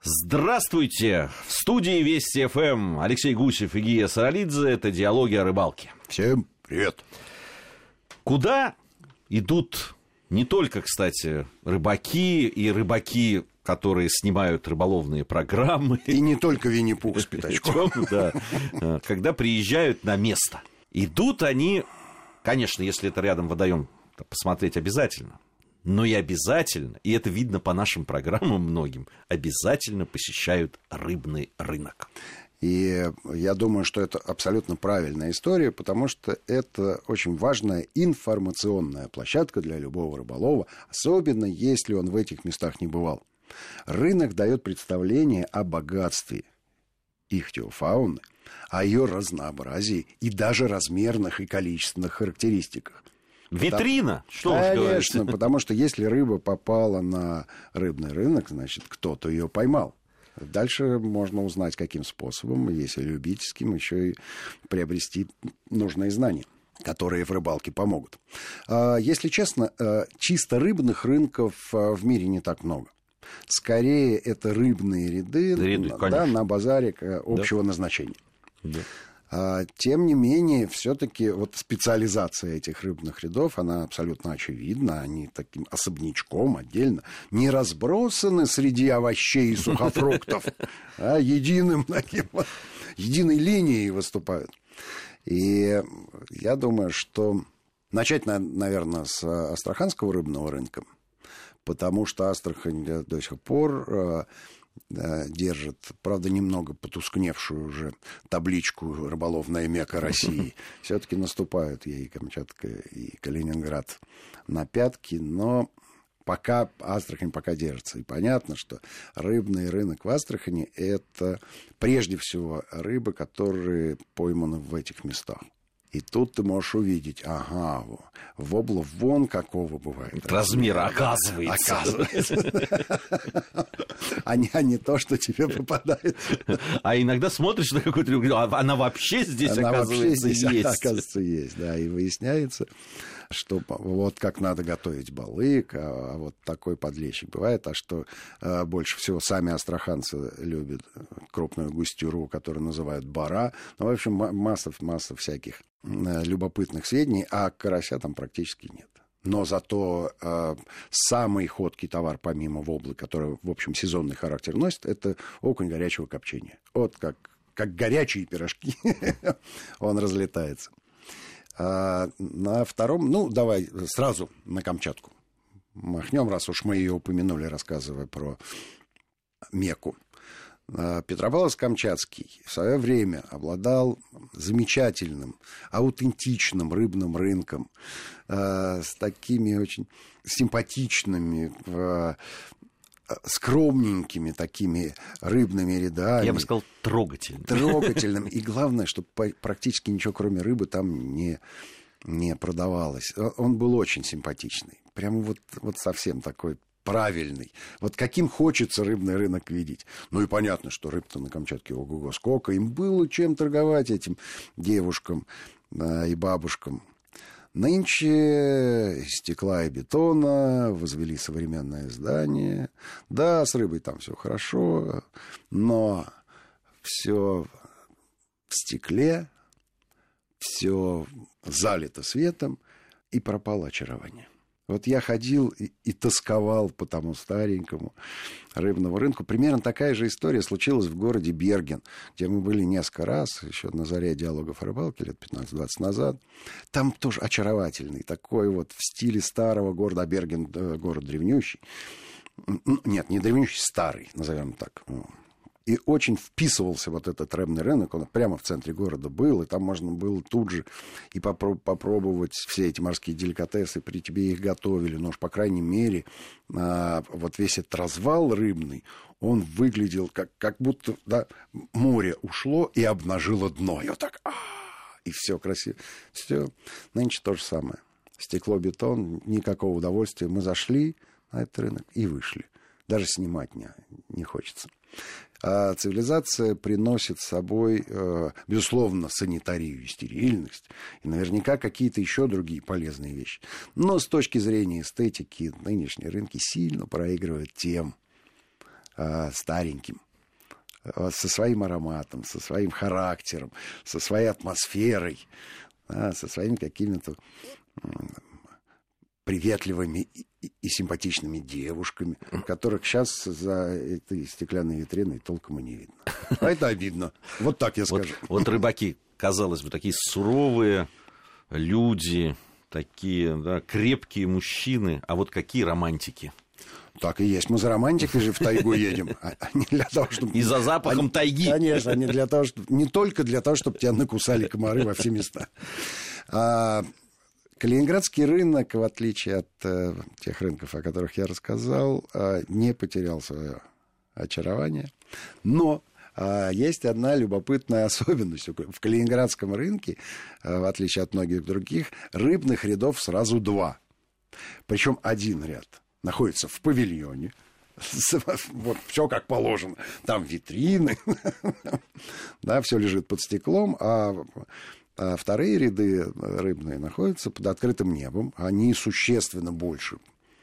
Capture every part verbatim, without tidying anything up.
Здравствуйте! В студии Вести ФМ Алексей Гусев и Гия Саралидзе. Это «Диалоги о рыбалке». Всем привет! Куда идут не только, кстати, рыбаки и рыбаки, которые снимают рыболовные программы. И не только Винни-Пух с пятачком. Да, когда приезжают на место. Идут они, конечно, если это рядом водоем, посмотреть обязательно. Но и обязательно, и это видно по нашим программам многим, обязательно посещают рыбный рынок. И я думаю, что это абсолютно правильная история, потому что это очень важная информационная площадка для любого рыболова, особенно если он в этих местах не бывал. Рынок дает представление о богатстве ихтиофауны, о ее разнообразии и даже размерных и количественных характеристиках. Витрина, что уж говорить. говорить. Конечно, потому что если рыба попала на рыбный рынок, значит, кто-то ее поймал. Дальше можно узнать, каким способом, если любительским, еще и приобрести нужные знания, которые в рыбалке помогут. Если честно, чисто рыбных рынков в мире не так много. Скорее, это рыбные ряды, ряды да, на базаре общего да. назначения. Да. Тем не менее, все-таки вот специализация этих рыбных рядов, она абсолютно очевидна. Они таким особнячком отдельно не разбросаны среди овощей и сухофруктов, а единым таким вот, единой линией выступают. И я думаю, что начать, наверное, с Астраханского рыбного рынка, потому что Астрахань до сих пор держит, правда, немного потускневшую уже табличку «Рыболовная Мекка России». Все-таки наступают ей Камчатка и Калининград на пятки, но пока Астрахань пока держится. И понятно, что рыбный рынок в Астрахани – это прежде всего рыбы, которые пойманы в этих местах. И тут ты можешь увидеть, ага, воблов вон какого бывает. Размер, оказывается. Оказывается. А не, а не то, что тебе попадает. А иногда смотришь на какую-то рыбу, она вообще здесь, она оказывается, вообще здесь, есть. Оказывается, есть, да. И выясняется, что вот как надо готовить балык, а, а вот такой подлещик бывает, а что а, больше всего сами астраханцы любят крупную густюру, которую называют бара. Ну, в общем, масса, масса всяких а, любопытных сведений, а карася там практически нет. Но зато э, самый ходкий товар, помимо воблы, который, в общем, сезонный характер носит, это окунь горячего копчения. Вот как, как горячие пирожки он разлетается. А на втором, ну, давай сразу на Камчатку махнем, раз уж мы ее упомянули, рассказывая про Мекку. Петропавловск-Камчатский в свое время обладал замечательным, аутентичным рыбным рынком э, с такими очень симпатичными, э, скромненькими такими рыбными рядами. Я бы сказал, трогательным. Трогательным. И главное, что практически ничего, кроме рыбы, там не, не продавалось. Он был очень симпатичный. Прямо вот, вот совсем такой правильный. Вот каким хочется рыбный рынок видеть. Ну и понятно, что рыб-то на Камчатке ого-го сколько. Им было чем торговать этим девушкам э, и бабушкам. Нынче из стекла и бетона возвели современное здание. Да, с рыбой там все хорошо, но все в стекле, все залито светом, и пропало очарование. Вот я ходил и, и тосковал по тому старенькому рыбному рынку. Примерно такая же история случилась в городе Берген, где мы были несколько раз, еще на заре диалогов о рыбалке, лет пятнадцать-двадцать назад. Там тоже очаровательный, такой вот в стиле старого города, а Берген город древнющий. Нет, не древнющий, старый, назовем так. И очень вписывался вот этот рыбный рынок, он прямо в центре города был, и там можно было тут же и попро- попробовать все эти морские деликатесы, при тебе их готовили, но уж, по крайней мере, а, вот весь этот развал рыбный, он выглядел как, как будто да, море ушло и обнажило дно, и вот так, и все красиво. Все, нынче то же самое. Стекло, бетон, никакого удовольствия. Мы зашли на этот рынок и вышли. Даже снимать не, не хочется. А цивилизация приносит с собой, э, безусловно, санитарию и стерильность, и наверняка какие-то еще другие полезные вещи. Но с точки зрения эстетики нынешние рынки сильно проигрывают тем стареньким, со своим ароматом, со своим характером, со своей атмосферой, да, со своими какими-то приветливыми и симпатичными девушками, которых сейчас за этой стеклянной витриной толком и не видно. А это обидно. Вот так я скажу. Вот, вот рыбаки, казалось бы, такие суровые люди, такие, да, крепкие мужчины, а вот какие романтики. Так и есть. Мы за романтикой же в тайгу едем. А не для того, чтобы... И за запахом они, тайги. Конечно, не, для того, чтобы... не только для того, чтобы тебя накусали комары во все места. А... Калининградский рынок, в отличие от э, тех рынков, о которых я рассказал, э, не потерял свое очарование. Но э, есть одна любопытная особенность. В Калининградском рынке, э, в отличие от многих других, рыбных рядов сразу два. Причем один ряд находится в павильоне. Вот все как положено. Там витрины, да, все лежит под стеклом, а... А вторые ряды рыбные находятся под открытым небом. Они существенно больше.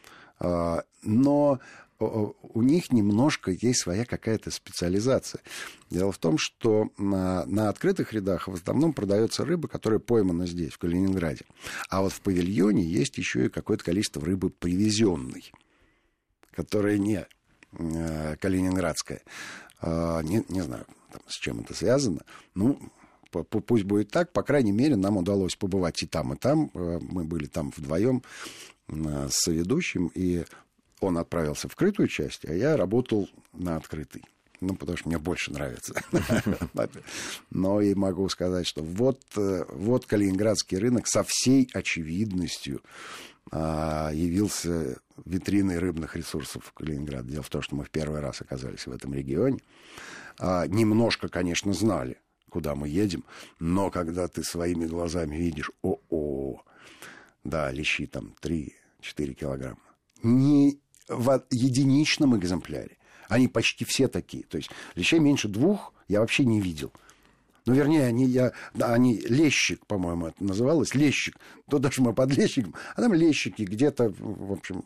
Но у них немножко есть своя какая-то специализация. Дело в том, что на, на открытых рядах в основном продается рыба, которая поймана здесь, в Калининграде. А вот в павильоне есть еще и какое-то количество рыбы привезенной, которая не калининградская. Не, не знаю, там, с чем это связано. Ну... Пусть будет так, по крайней мере, нам удалось побывать и там, и там. Мы были там вдвоем с соведущим, и он отправился в крытую часть, а я работал на открытой. Ну, потому что мне больше нравится. Но и могу сказать, что вот, вот Калининградский рынок со всей очевидностью явился витриной рыбных ресурсов Калининграда. Дело в том, что мы в первый раз оказались в этом регионе. Немножко, конечно, знали, куда мы едем, но когда ты своими глазами видишь, о-о, да, лещи там три-четыре килограмма, не в единичном экземпляре, они почти все такие, то есть лещей меньше двух я вообще не видел. Ну, вернее, они, я, да, они лещик, по-моему, это называлось, лещик, то даже мы под лещиком, а там лещики где-то, в общем,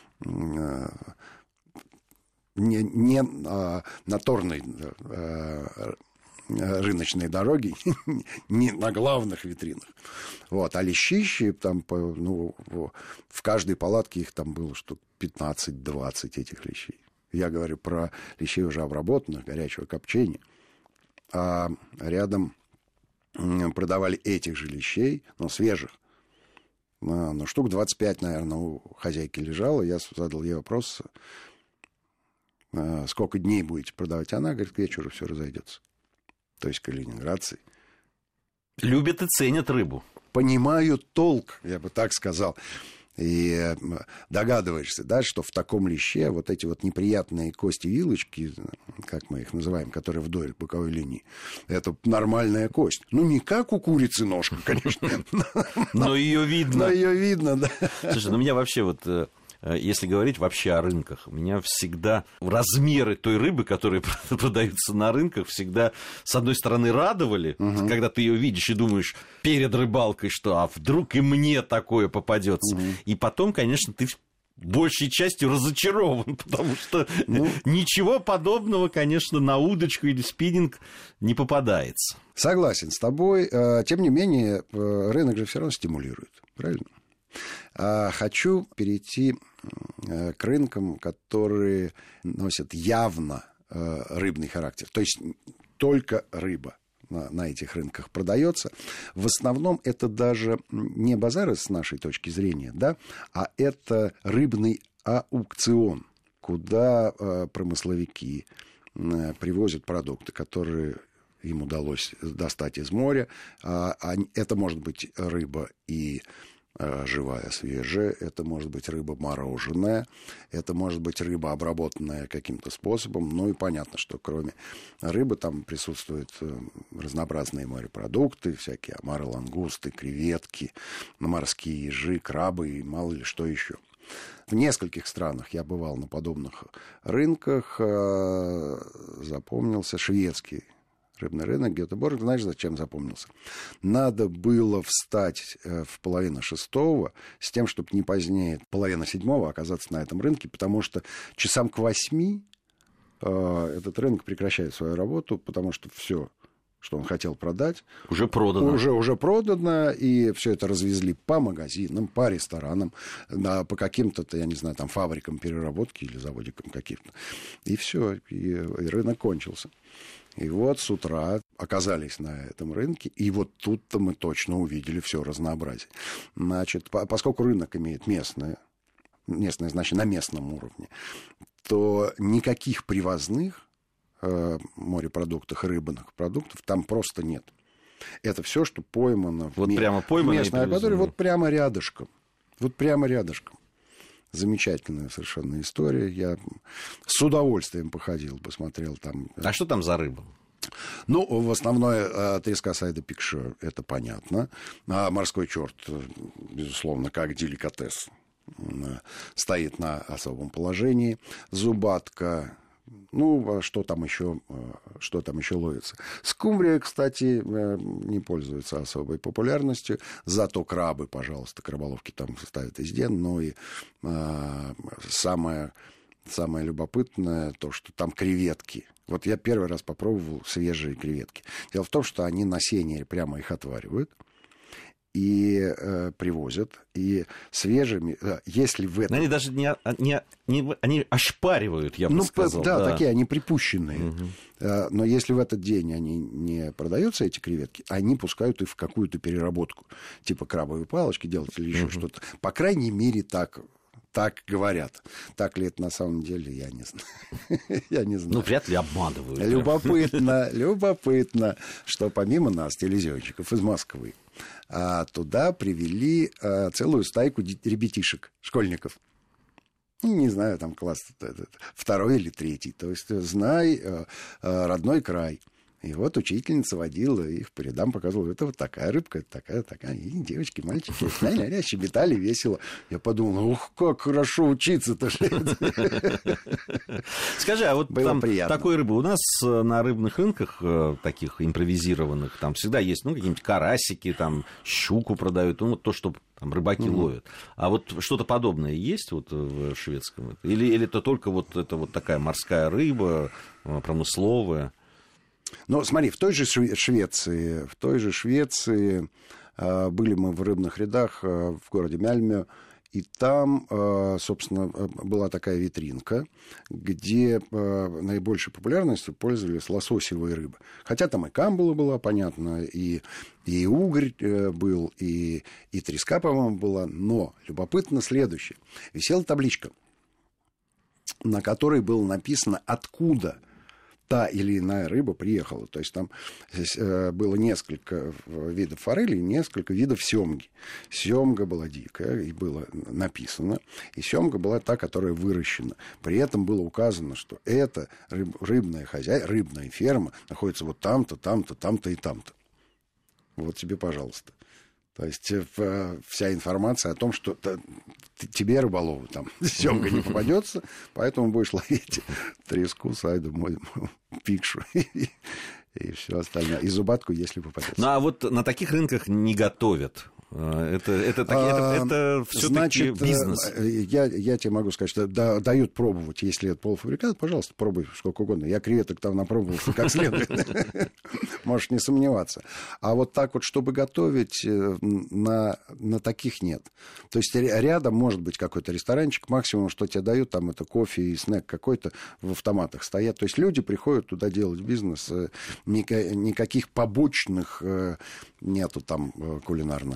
не, не а, на торной а, рыночной дороги, не на главных витринах. Вот. А лещищи, там, ну, в каждой палатке их там было штук пятнадцать-двадцать этих лещей. Я говорю про лещей уже обработанных, горячего копчения. А рядом продавали этих же лещей, но свежих. Ну, штук двадцать пять, наверное, у хозяйки лежало. Я задал ей вопрос, сколько дней будете продавать. Она говорит, к вечеру все разойдется. То есть калининградцы любят и ценят рыбу. Понимают толк, я бы так сказал. И догадываешься, да, что в таком леще вот эти вот неприятные кости-вилочки, как мы их называем, которые вдоль боковой линии, это нормальная кость. Ну, не как у курицы ножка, конечно. Но ее видно. Но ее видно, да. Слушай, ну, у меня вообще вот... Если говорить вообще о рынках, у меня всегда размеры той рыбы, которые продаются на рынках, всегда, с одной стороны, радовали, угу. когда ты ее видишь и думаешь перед рыбалкой, что а вдруг и мне такое попадется. Угу. И потом, конечно, ты большей частью разочарован, потому что ну, ничего подобного, конечно, на удочку или спиннинг не попадается. Согласен с тобой. Тем не менее, рынок же все равно стимулирует, правильно? Хочу перейти к рынкам, которые носят явно рыбный характер. То есть только рыба на, на этих рынках продается. В основном это даже не базары с нашей точки зрения, да, а это рыбный аукцион, куда промысловики привозят продукты, которые им удалось достать из моря. Это может быть рыба и живая, свежая, это может быть рыба мороженая, это может быть рыба, обработанная каким-то способом. Ну и понятно, что кроме рыбы там присутствуют разнообразные морепродукты, всякие омары, лангусты, креветки, морские ежи, крабы и мало ли что еще. В нескольких странах я бывал на подобных рынках, запомнился шведский рыбный рынок, Гетеборг. Знаешь, зачем запомнился? Надо было встать в половину шестого с тем, чтобы не позднее половины седьмого оказаться на этом рынке, потому что часам к восьми этот рынок прекращает свою работу, потому что все, что он хотел продать, уже продано. Уже, уже продано, и все это развезли по магазинам, по ресторанам, на, по каким-то, я не знаю, там, фабрикам переработки или заводикам каким-то. И все, и, и рынок кончился. И вот с утра оказались на этом рынке, и вот тут-то мы точно увидели все разнообразие. Значит, по, поскольку рынок имеет местное, местное, значит, на местном уровне, то никаких привозных морепродуктах, рыбных продуктов там просто нет. Это все, что поймано вот в прямо поймано местной акватории, вот прямо рядышком. Вот прямо рядышком. Замечательная совершенно история. Я с удовольствием походил, посмотрел там. А что там за рыба? Ну, в основном треска сайда пикша, это понятно. А морской черт, безусловно, как деликатес, стоит на особом положении. Зубатка. Ну, что там еще, что там еще ловится? Скумбрия, кстати, не пользуется особой популярностью, зато крабы, пожалуйста, краболовки там ставят везде, но и а, самое, самое любопытное то, что там креветки. Вот я первый раз попробовал свежие креветки. Дело в том, что они на сене прямо их отваривают и э, привозят, и свежими, э, если в этом... Они даже не, не, не... Они ошпаривают, я бы ну, сказал. Да, да, такие, они припущенные. Угу. Э, но если в этот день они не продаются, эти креветки, они пускают их в какую-то переработку. Типа крабовые палочки делать или еще угу. что-то. По крайней мере, так... Так говорят. Так ли это на самом деле, я не знаю. я не знаю. Ну, вряд ли обманывают. Любопытно, любопытно, что помимо нас, телевизионщиков из Москвы, туда привели целую стайку ребятишек, школьников. Не знаю, там класс второй или третий. То есть, знай родной край. И вот учительница водила их по рядам, показывала, это вот такая рыбка, это такая, такая. И девочки, мальчики, ля-ля-ля, щебетали весело. Я подумал, ух, как хорошо учиться-то. Скажи, а вот там такой рыбы у нас на рыбных рынках, таких импровизированных, там всегда есть, ну, какие-нибудь карасики, там, щуку продают, ну, то, что там рыбаки mm-hmm. ловят. А вот что-то подобное есть вот в шведском? Или, или это только вот, это вот такая морская рыба, промысловая? Но смотри, в той же Швеции, в той же Швеции э, были мы в рыбных рядах э, в городе Мальмö, и там, э, собственно, была такая витринка, где э, наибольшей популярностью пользовались лососевые рыбы. Хотя там и камбула была, понятно, и, и угорь э, был, и, и треска, по-моему, была. Но любопытно следующее. Висела табличка, на которой было написано, откуда та или иная рыба приехала. То есть там здесь, э, было несколько видов форели, несколько видов семги. Семга была дикая, и было написано. И семга была та, которая выращена. При этом было указано, что эта рыб, рыбная хозяйка, рыбная ферма находится вот там-то, там-то, там-то и там-то. Вот тебе, пожалуйста. То есть вся информация о том, что тебе, рыболову, там семга не попадется, поэтому будешь ловить треску, сайду, пикшу и, и все остальное. И зубатку, если попадется. Ну, а вот на таких рынках не готовят. Это, это, так, это, это все-таки бизнес. Я, я тебе могу сказать, что да, дают пробовать, если это полуфабрикат, пожалуйста, пробуй сколько угодно. Я креветок там напробовался как следует. Можешь не сомневаться. А вот так вот, чтобы готовить, на, на таких нет. То есть рядом может быть какой-то ресторанчик, максимум, что тебе дают, там это кофе и снэк какой-то в автоматах стоят. То есть люди приходят туда делать бизнес. Никаких побочных нету там кулинарных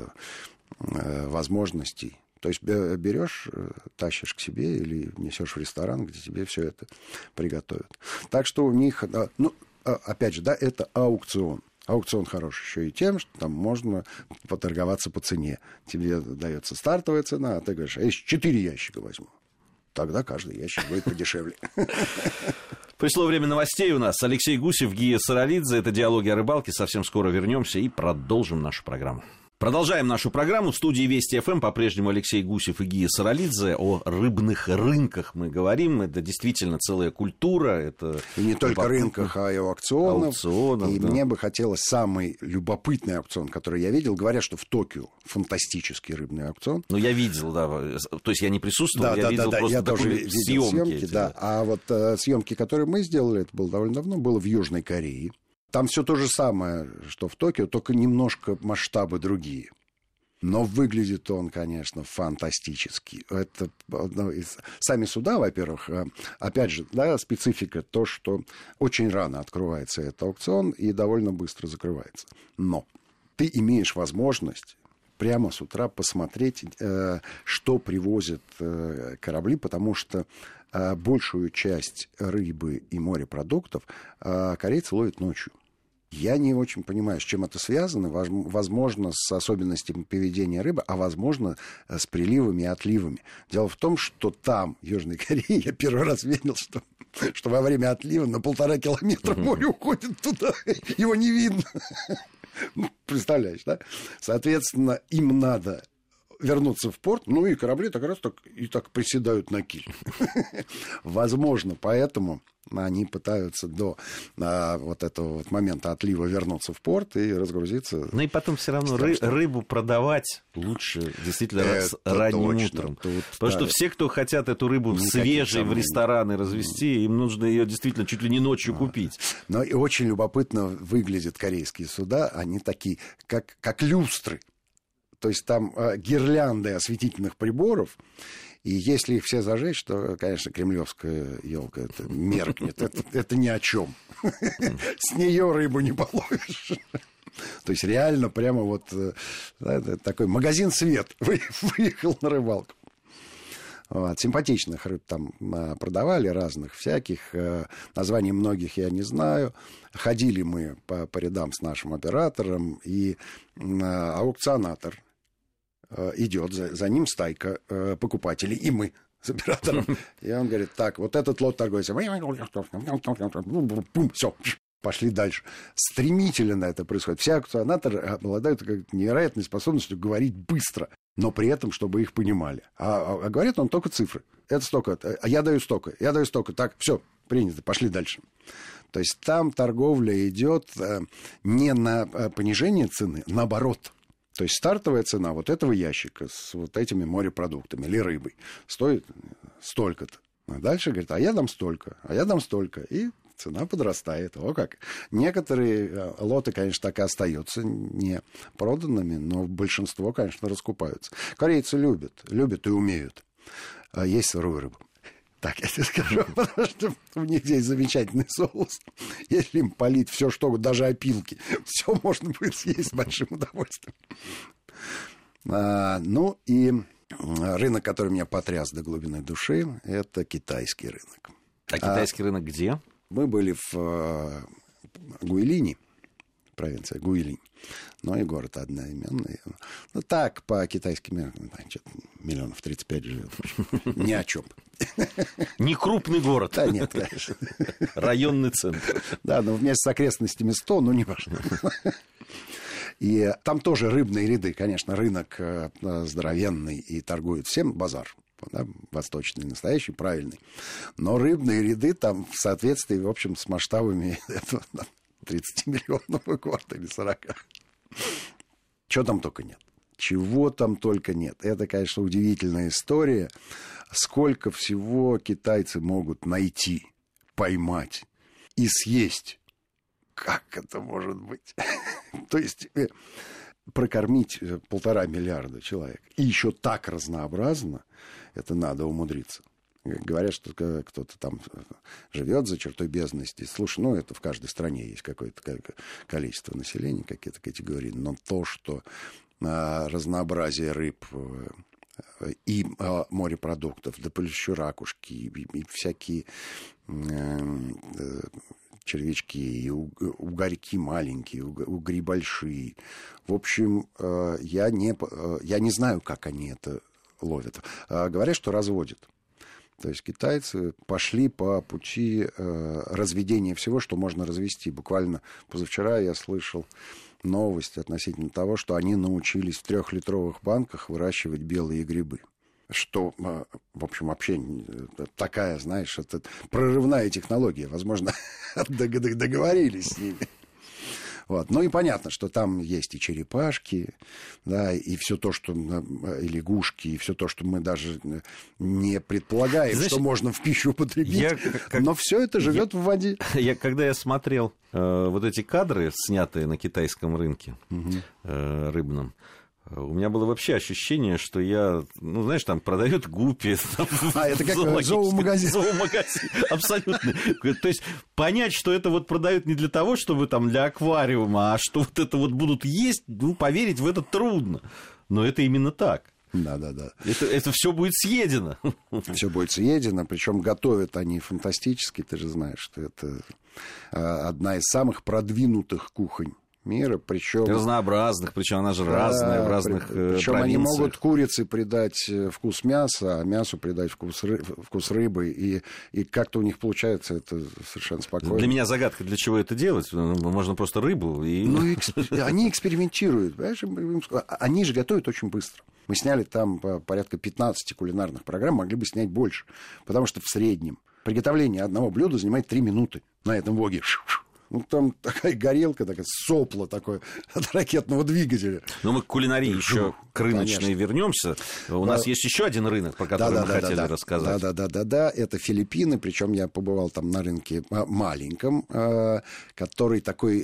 возможностей. То есть берешь, тащишь к себе или несешь в ресторан, где тебе все это приготовят. Так что у них, ну, опять же, да, это аукцион. Аукцион хороший еще и тем, что там можно поторговаться по цене. Тебе дается стартовая цена, а ты говоришь, а если четыре ящика возьму, тогда каждый ящик будет подешевле. Пришло время новостей у нас. Алексей Гусев, Гия Саралидзе. Это «Диалоги о рыбалке». Совсем скоро вернемся и продолжим нашу программу. Продолжаем нашу программу. В студии Вести ФМ по-прежнему Алексей Гусев и Гия Саралидзе. О рыбных рынках мы говорим. Это действительно целая культура. Это и не только рынках, а и аукционов. аукционов и да. Мне бы хотелось самый любопытный аукцион, который я видел. Говорят, что в Токио фантастический рыбный аукцион. Ну, я видел, да. То есть я не присутствовал, да, я да, видел да, просто я тоже видел съемки. съемки эти, да. А вот э, съемки, которые мы сделали, это было довольно давно, было в Южной Корее. Там все то же самое, что в Токио, только немножко масштабы другие. Но выглядит он, конечно, фантастически. Это одно из... Сами суда, во-первых, опять же, да, специфика то, что очень рано открывается этот аукцион и довольно быстро закрывается. Но ты имеешь возможность прямо с утра посмотреть, что привозят корабли, потому что большую часть рыбы и морепродуктов корейцы ловят ночью. Я не очень понимаю, с чем это связано. Возможно, с особенностями поведения рыбы, а возможно, с приливами и отливами. Дело в том, что там, в Южной Корее, я первый раз видел, что, что во время отлива на полтора километра море уходит туда. Его не видно. Представляешь, да? Соответственно, им надо вернуться в порт, ну и корабли так раз так, и так приседают на киль. Возможно, поэтому они пытаются до а, вот этого вот момента отлива вернуться в порт и разгрузиться. Ну и потом все равно ры- что... рыбу продавать лучше действительно это ранним точно. Утром. Тут, Потому да, что все, кто хотят эту рыбу свежей в рестораны развести, им нужно ее действительно чуть ли не ночью а. купить. Но и очень любопытно выглядят корейские суда. Они такие, как, как люстры. То есть там э, гирлянды осветительных приборов, и если их все зажечь, то, конечно, кремлевская елка это меркнет. Это, это ни о чем. С нее рыбу не половишь. То есть реально прямо вот такой магазин «Свет» выехал на рыбалку. Вот. Симпатичных рыб там продавали, разных всяких. Названий многих я не знаю. Ходили мы по, по рядам с нашим оператором, и аукционатор идет, за, за ним стайка э, покупателей, и мы с оператором. И он говорит, так, вот этот лот торгуется. Все, пошли дальше. Стремительно это происходит. Все аукционаторы обладают невероятной способностью говорить быстро, но при этом, чтобы их понимали. А, а говорит он только цифры. Это столько, а я даю столько, я даю столько. Так, все, принято, пошли дальше. То есть там торговля идет э, не на понижение цены, наоборот. То есть стартовая цена вот этого ящика с вот этими морепродуктами или рыбой стоит столько-то. А дальше говорит, а я дам столько, а я дам столько. И цена подрастает. О как. Некоторые лоты, конечно, так и остаются не проданными, но большинство, конечно, раскупаются. Корейцы любят, любят и умеют есть сырую рыбу. Так, я тебе скажу, потому что у них здесь замечательный соус. Если им полить все, что даже опилки, все можно будет съесть с большим удовольствием. А, ну и рынок, который меня потряс до глубины души, это китайский рынок. А китайский а, рынок где? Мы были в uh, Гуйлине, провинция Гуйлинь. Ну и город одноименный. Ну так, по китайским меркам, миллионов тридцать пять живет. Ни о чем. Не крупный город. Да нет, конечно. Районный центр. Да, но вместе с окрестностями сто, ну не важно. И там тоже рыбные ряды, конечно, рынок здоровенный и торгуют всем, базар. Да, восточный, настоящий, правильный. Но рыбные ряды там в соответствии, в общем, с масштабами этого тридцатимиллионного города или сорока. Чего там только нет. Чего там только нет. Это, конечно, удивительная история. Сколько всего китайцы могут найти, поймать и съесть. Как это может быть? То есть прокормить полтора миллиарда человек. И еще так разнообразно, это надо умудриться. Говорят, что кто-то там живет за чертой бедности. Слушай, ну, это в каждой стране есть какое-то количество населения, какие-то категории. Но то, что а, разнообразие рыб и а, морепродуктов, да еще ракушки, и, и всякие а, червячки, и угорьки маленькие, угри большие. В общем, а, я, не, я не знаю, как они это ловят. А, говорят, что разводят. То есть китайцы пошли по пути э, разведения всего, что можно развести. Буквально позавчера я слышал новость относительно того, что они научились в трехлитровых банках выращивать белые грибы. Что, в общем, вообще такая, знаешь, это прорывная технология. Возможно, договорились с ними. Вот. Ну и понятно, что там есть и черепашки, да, и все то, что и лягушки, и все то, что мы даже не предполагаем, знаешь, что можно в пищу употребить. Я, как, но все это живет в воде. Я, когда я смотрел э, вот эти кадры, снятые на китайском рынке угу. э, рыбном, у меня было вообще ощущение, что я, ну, знаешь, там продают гуппи. Там, а, это как зоомагазин. Зоомагазин, абсолютно. То есть понять, что это вот продают не для того, чтобы там для аквариума, а что вот это вот будут есть, ну, поверить в это трудно. Но это именно так. Да, да, да. Это, это все будет съедено. Все будет съедено, причем готовят они фантастически, ты же знаешь, что это одна из самых продвинутых кухонь мира, причем разнообразных, причем она же да, разная в разных при, причем провинциях. Они могут курице придать вкус мяса, а мясу придать вкус, ры, вкус рыбы, и, и как-то у них получается это совершенно спокойно. Для меня загадка, для чего это делать. Можно просто рыбу и... Ну, эксп... они экспериментируют, понимаешь? Они же готовят очень быстро. Мы сняли там порядка пятнадцать кулинарных программ, могли бы снять больше, потому что в среднем приготовление одного блюда занимает три минуты на этом воге. Ну, там такая горелка, такая сопла такое от ракетного двигателя. Но мы к кулинарии еще к рыночной вернемся. У да. нас есть еще один рынок, про который да, да, мы да, хотели да, рассказать. Да, да, да, да, да. Это Филиппины. Причем я побывал там на рынке маленьком, который такой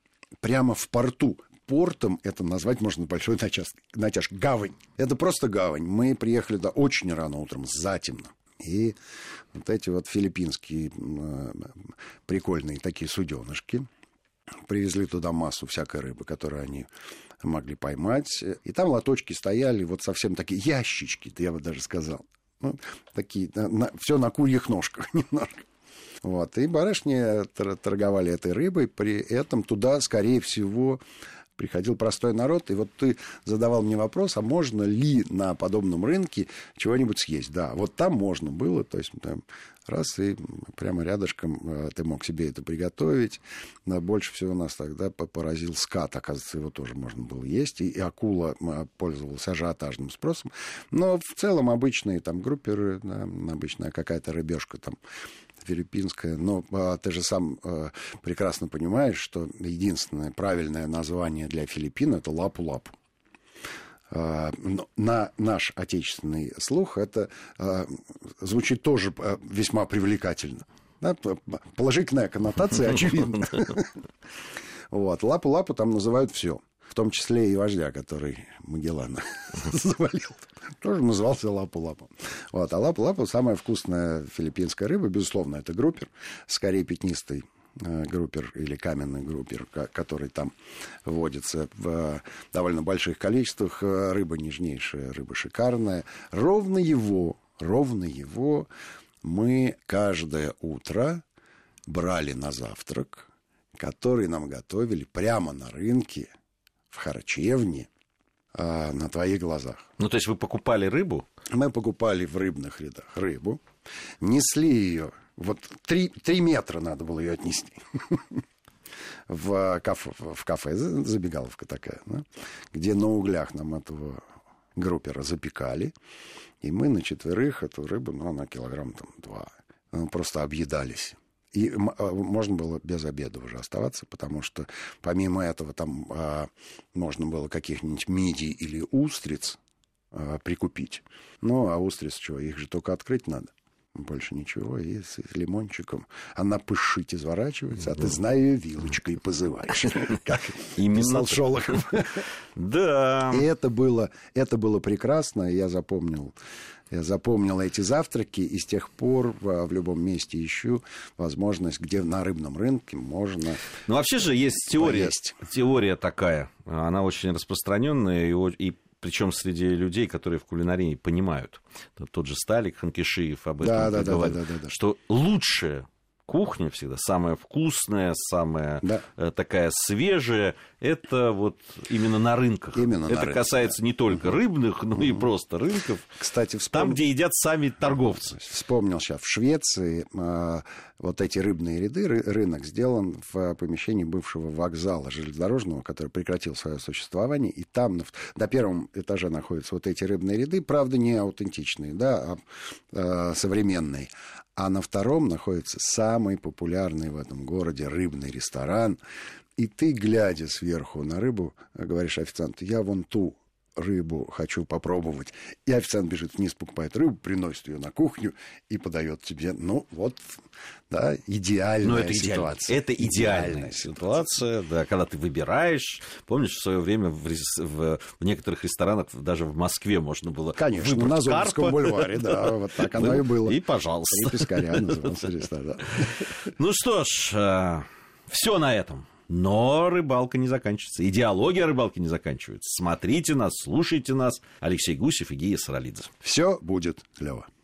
прямо в порту. Портом это назвать можно большой натяжкой. Натяжка. Гавань. Это просто гавань. Мы приехали туда очень рано утром, затемно. И вот эти вот филиппинские э, прикольные такие суденышки привезли туда массу всякой рыбы, которую они могли поймать. И там лоточки стояли, вот совсем такие ящички, я бы даже сказал. Ну, такие, на, на, все на курьих ножках немножко. Вот. И барышни торговали этой рыбой, при этом туда, скорее всего, приходил простой народ, и вот ты задавал мне вопрос, а можно ли на подобном рынке чего-нибудь съесть? Да, вот там можно было, то есть там раз, и прямо рядышком ты мог себе это приготовить. Больше всего нас тогда поразил скат, оказывается, его тоже можно было есть, и акула пользовалась ажиотажным спросом. Но в целом обычные там групперы, да, обычная какая-то рыбешка там, филиппинская, но а, ты же сам а, прекрасно понимаешь, что единственное правильное название для Филиппин — это лапу-лапу. А, на наш отечественный слух это а, звучит тоже а, весьма привлекательно. Да? Положительная коннотация очевидна. Вот. Лапу-лапу там называют все. В том числе и вождя, который Магеллана завалил. Тоже назывался лапу-лапу. Вот. А лапу-лапу самая вкусная филиппинская рыба, безусловно, это группер. Скорее пятнистый э, группер или каменный группер, который там водится в довольно больших количествах. Рыба нежнейшая, рыба шикарная. Ровно его, ровно его мы каждое утро брали на завтрак, который нам готовили прямо на рынке, в харчевне, а, на твоих глазах. Ну, то есть вы покупали рыбу? Мы покупали в рыбных рядах рыбу, несли ее, вот три, три метра надо было ее отнести. В кафе, в кафе, забегаловка такая, да, где на углях нам этого группера запекали, и мы на четверых эту рыбу, ну, она килограмм там два, ну, просто объедались. И можно было без обеда уже оставаться, потому что помимо этого там а, можно было каких-нибудь мидий или устриц а, прикупить. Ну, а устриц что, их же только открыть надо. Больше ничего, и с лимончиком. Она пышить изворачивается, а ты, зная ее, вилочкой позываешь. Как писал Шолохов. Да. И это было, это было прекрасно, я запомнил. Я запомнил эти завтраки, и с тех пор в, в любом месте ищу возможность, где на рыбном рынке можно. Ну, вообще же есть теория, теория такая, она очень распространенная, и, и причем среди людей, которые в кулинарии понимают. Тот же Сталик Ханкишиев об этом да, да, говорил, да, да, да, да. что лучшее кухня всегда самая вкусная, самая да. такая свежая, это вот именно на рынках. Именно это на рынках, касается да. не только рыбных, но и просто рынков. Кстати, вспом... Там, где едят сами торговцы. Вспомнил сейчас, в Швеции э, вот эти рыбные ряды, ры, рынок сделан в помещении бывшего вокзала железнодорожного, который прекратил свое существование, и там на, на первом этаже находятся вот эти рыбные ряды, правда, не аутентичные, да, а э, современные. А на втором находится самый популярный в этом городе рыбный ресторан. И ты, глядя сверху на рыбу, говоришь официанту: я вон ту рыбу хочу попробовать. И официант бежит вниз, покупает рыбу, приносит ее на кухню и подает тебе. Ну, вот, да, идеальная ну, это ситуация. Это идеальная, идеальная ситуация, да, когда ты выбираешь. Помнишь, в свое время в, в, в некоторых ресторанах, даже в Москве, можно было Конечно, выбрать на Зубовском бульваре, да, вот так оно и было. И, пожалуйста. Три пескаря назывался ресторан. Ну что ж, все на этом. Но рыбалка не заканчивается. И диалоги о рыбалке не заканчиваются. Смотрите нас, слушайте нас. Алексей Гусев и Гия Саралидзе. Все будет клево.